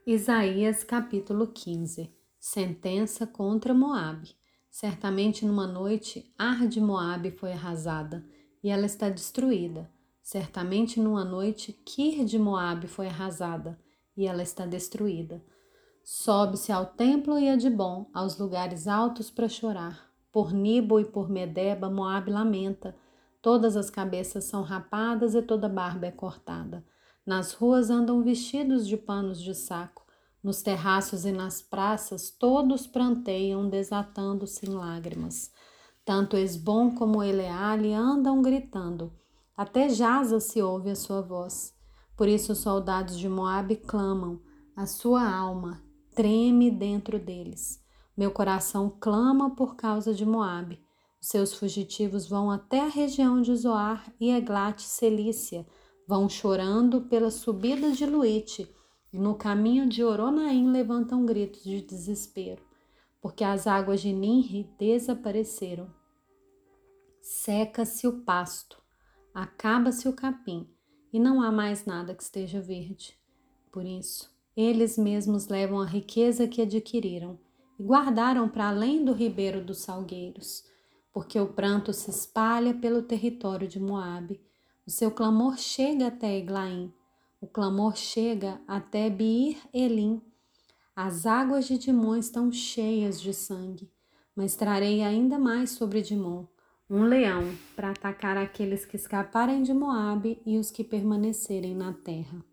Isaías capítulo 15. Sentença contra Moabe. Certamente numa noite Ar de Moabe foi arrasada, e ela está destruída. Certamente numa noite Quir de Moabe foi arrasada, e ela está destruída. Sobe-se ao templo e a Dibom, aos lugares altos para chorar. Por Nibo e por Medeba Moabe lamenta. Todas as cabeças são rapadas e toda barba é cortada. Nas ruas andam vestidos de panos de saco. Nos terraços e nas praças todos pranteiam, desatando-se em lágrimas. Tanto Esbom como Eleale andam gritando. Até Jaza se ouve a sua voz. Por isso os soldados de Moabe clamam. A sua alma treme dentro deles. Meu coração clama por causa de Moabe. Os seus fugitivos vão até a região de Zoar e Eglat-Celícia. Vão chorando pela subida de Luite, e no caminho de Oronaim levantam gritos de desespero, porque as águas de Ninri desapareceram. Seca-se o pasto, acaba-se o capim, e não há mais nada que esteja verde. Por isso, eles mesmos levam a riqueza que adquiriram e guardaram para além do ribeiro dos salgueiros, porque o pranto se espalha pelo território de Moabe. O seu clamor chega até Eglaim, o clamor chega até Bir-Elim. As águas de Dimon estão cheias de sangue, mas trarei ainda mais sobre Dimon, um leão para atacar aqueles que escaparem de Moabe e os que permanecerem na terra.